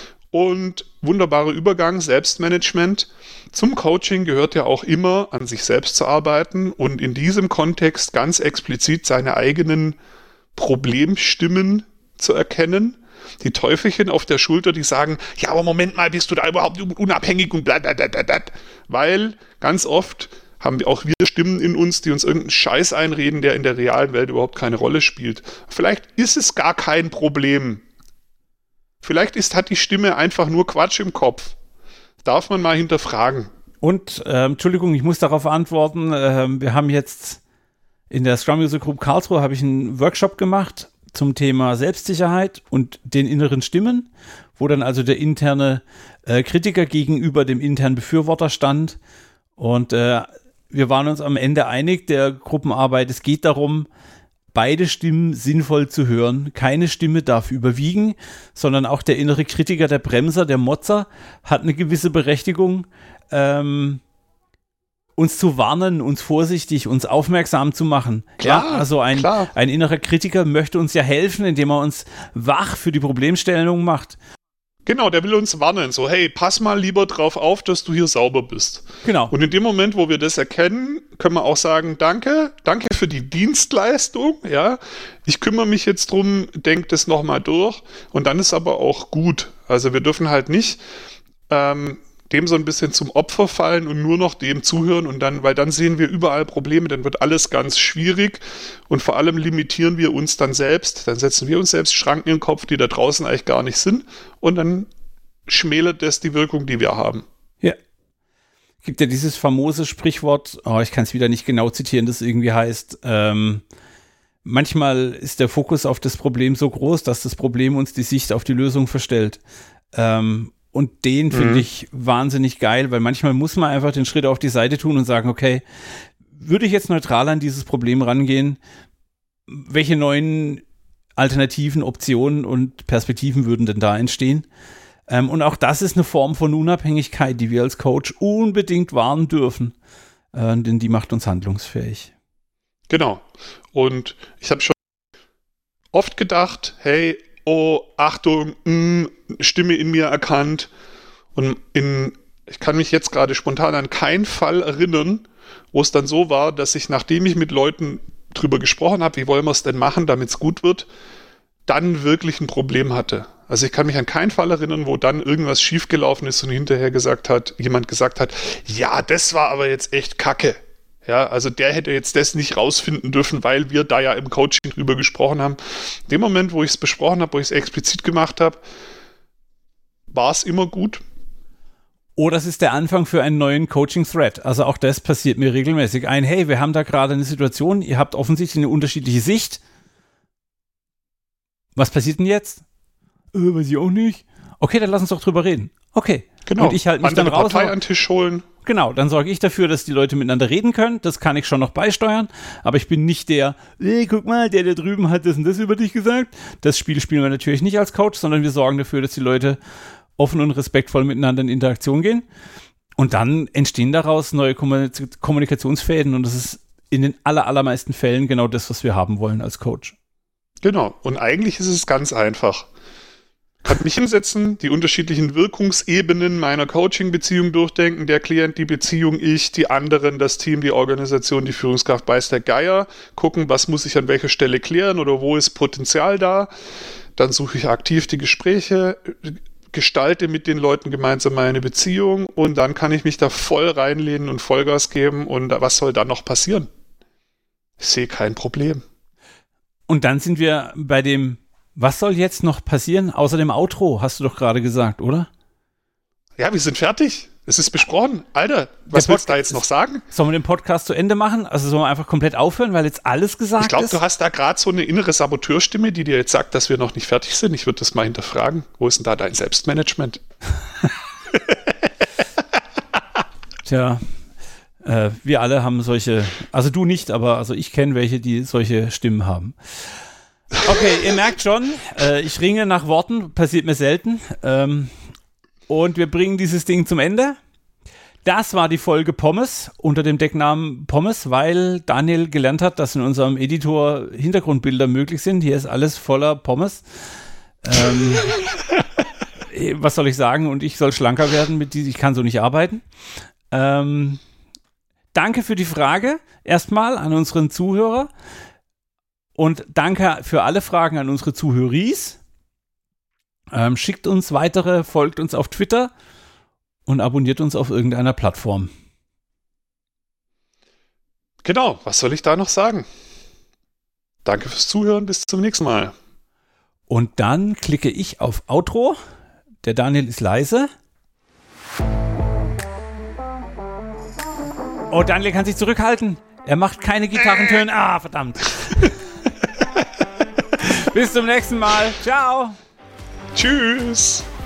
Speaker 2: Und wunderbarer Übergang, Selbstmanagement. Zum Coaching gehört ja auch immer, an sich selbst zu arbeiten und in diesem Kontext ganz explizit seine eigenen Problemstimmen zu erkennen. Die Teufelchen auf der Schulter, die sagen, ja, aber Moment mal, bist du da überhaupt unabhängig und blablabla. Weil ganz oft haben wir auch wir Stimmen in uns, die uns irgendeinen Scheiß einreden, der in der realen Welt überhaupt keine Rolle spielt. Vielleicht ist es gar kein Problem. Vielleicht ist, hat die Stimme einfach nur Quatsch im Kopf. Darf man mal hinterfragen.
Speaker 1: Und, äh, Entschuldigung, ich muss darauf antworten, äh, wir haben jetzt in der Scrum User Group Karlsruhe habe ich einen Workshop gemacht zum Thema Selbstsicherheit und den inneren Stimmen, wo dann also der interne äh, Kritiker gegenüber dem internen Befürworter stand. Und äh, wir waren uns am Ende einig, der Gruppenarbeit, es geht darum, beide Stimmen sinnvoll zu hören. Keine Stimme darf überwiegen, sondern auch der innere Kritiker, der Bremser, der Motzer hat eine gewisse Berechtigung, ähm, uns zu warnen, uns vorsichtig, uns aufmerksam zu machen.
Speaker 2: Klar,
Speaker 1: ja, also ein, ein innerer Kritiker möchte uns ja helfen, indem er uns wach für die Problemstellung macht.
Speaker 2: Genau, der will uns warnen, so hey, pass mal lieber drauf auf, dass du hier sauber bist.
Speaker 1: Genau.
Speaker 2: Und in dem Moment, wo wir das erkennen, können wir auch sagen, danke, danke für die Dienstleistung, ja, ich kümmere mich jetzt drum, denk das nochmal durch, und dann ist aber auch gut. Also wir dürfen halt nicht ähm, dem so ein bisschen zum Opfer fallen und nur noch dem zuhören und dann, weil dann sehen wir überall Probleme, dann wird alles ganz schwierig und vor allem limitieren wir uns dann selbst, dann setzen wir uns selbst Schranken in den Kopf, die da draußen eigentlich gar nicht sind und dann schmälert das die Wirkung, die wir haben.
Speaker 1: Ja. Gibt ja dieses famose Sprichwort, oh, ich kann es wieder nicht genau zitieren, das irgendwie heißt, ähm, manchmal ist der Fokus auf das Problem so groß, dass das Problem uns die Sicht auf die Lösung verstellt. Ähm, Und den finde mhm. ich wahnsinnig geil, weil manchmal muss man einfach den Schritt auf die Seite tun und sagen, okay, würde ich jetzt neutral an dieses Problem rangehen, welche neuen alternativen Optionen und Perspektiven würden denn da entstehen? Ähm, und auch das ist eine Form von Unabhängigkeit, die wir als Coach unbedingt wahren dürfen, äh, denn die macht uns handlungsfähig.
Speaker 2: Genau. Und ich habe schon oft gedacht, hey, oh, Achtung, mh, Stimme in mir erkannt. Und in, ich kann mich jetzt gerade spontan an keinen Fall erinnern, wo es dann so war, dass ich, nachdem ich mit Leuten drüber gesprochen habe, wie wollen wir es denn machen, damit es gut wird, dann wirklich ein Problem hatte. Also ich kann mich an keinen Fall erinnern, wo dann irgendwas schiefgelaufen ist und hinterher gesagt hat, jemand gesagt hat, ja, das war aber jetzt echt Kacke. Ja, also der hätte jetzt das nicht rausfinden dürfen, weil wir da ja im Coaching drüber gesprochen haben. In dem Moment, wo ich es besprochen habe, wo ich es explizit gemacht habe, war es immer gut.
Speaker 1: Oh, das ist der Anfang für einen neuen Coaching-Thread. Also auch das passiert mir regelmäßig. Ein, hey, wir haben da gerade eine Situation, ihr habt offensichtlich eine unterschiedliche Sicht. Was passiert denn jetzt? Äh, weiß ich auch nicht. Okay, dann lass uns doch drüber reden. Okay.
Speaker 2: Genau.
Speaker 1: Und ich halte mich
Speaker 2: Andere
Speaker 1: dann raus.
Speaker 2: Partei an den Tisch holen.
Speaker 1: Genau, dann sorge ich dafür, dass die Leute miteinander reden können. Das kann ich schon noch beisteuern. Aber ich bin nicht der, hey, guck mal, der da drüben hat das und das über dich gesagt. Das Spiel spielen wir natürlich nicht als Coach, sondern wir sorgen dafür, dass die Leute offen und respektvoll miteinander in Interaktion gehen. Und dann entstehen daraus neue Kommunikationsfäden. Und das ist in den aller, allermeisten Fällen genau das, was wir haben wollen als Coach.
Speaker 2: Genau. Und eigentlich ist es ganz einfach. Ich kann mich hinsetzen, die unterschiedlichen Wirkungsebenen meiner Coaching-Beziehung durchdenken, der Klient, die Beziehung, ich, die anderen, das Team, die Organisation, die Führungskraft, weiß der Geier, gucken, was muss ich an welcher Stelle klären oder wo ist Potenzial da. Dann suche ich aktiv die Gespräche, gestalte mit den Leuten gemeinsam meine Beziehung und dann kann ich mich da voll reinlehnen und Vollgas geben und was soll dann noch passieren? Ich sehe kein Problem.
Speaker 1: Und dann sind wir bei dem, was soll jetzt noch passieren, außer dem Outro, hast du doch gerade gesagt, oder?
Speaker 2: Ja, wir sind fertig. Es ist besprochen. Alter, was willst du da jetzt noch sagen?
Speaker 1: Sollen wir den Podcast zu Ende machen? Also sollen wir einfach komplett aufhören, weil jetzt alles gesagt
Speaker 2: ich glaub, ist? Ich glaube, du hast da gerade so eine innere Saboteurstimme, die dir jetzt sagt, dass wir noch nicht fertig sind. Ich würde das mal hinterfragen. Wo ist denn da dein Selbstmanagement?
Speaker 1: Tja, äh, wir alle haben solche, also du nicht, aber also ich kenne welche, die solche Stimmen haben. Okay, ihr merkt schon, äh, ich ringe nach Worten, passiert mir selten. Ähm, und wir bringen dieses Ding zum Ende. Das war die Folge Pommes unter dem Decknamen Pommes, weil Daniel gelernt hat, dass in unserem Editor Hintergrundbilder möglich sind. Hier ist alles voller Pommes. Ähm, was soll ich sagen? Und ich soll schlanker werden, mit die, ich kann so nicht arbeiten. Ähm, danke für die Frage erstmal an unseren Zuhörer. Und danke für alle Fragen an unsere Zuhöris. Ähm, schickt uns weitere, folgt uns auf Twitter und abonniert uns auf irgendeiner Plattform.
Speaker 2: Genau, was soll ich da noch sagen? Danke fürs Zuhören, bis zum nächsten Mal.
Speaker 1: Und dann klicke ich auf Outro. Der Daniel ist leise. Oh, Daniel kann sich zurückhalten. Er macht keine Gitarrentöne. Ah, verdammt. Bis zum nächsten Mal. Ciao.
Speaker 2: Tschüss.